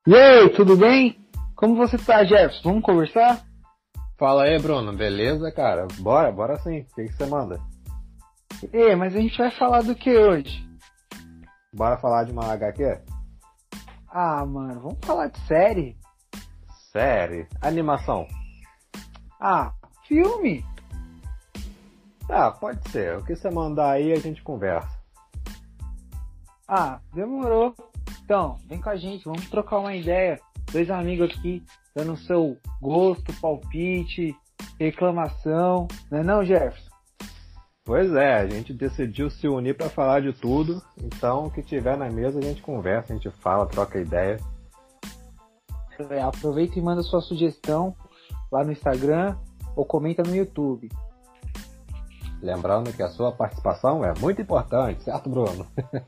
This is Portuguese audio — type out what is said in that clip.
E aí, tudo bem? Como você tá, Jefferson? Vamos conversar? Fala aí, Bruno. Beleza, cara? Bora sim. O que você manda? Mas a gente vai falar do que hoje? Bora falar de uma HQ? Ah, mano, vamos falar de série? Série? Animação? Ah, filme? Ah, pode ser. O que você mandar aí a gente conversa. Ah, demorou. Então, vem com a gente, vamos trocar uma ideia. Dois amigos aqui, dando o seu gosto, palpite, reclamação. Não é não, Jefferson? Pois é, a gente decidiu se unir pra falar de tudo. Então, o que tiver na mesa a gente conversa, a gente fala, troca ideia. Aproveita e manda sua sugestão lá no Instagram ou comenta no YouTube. Lembrando que a sua participação é muito importante, certo, Bruno?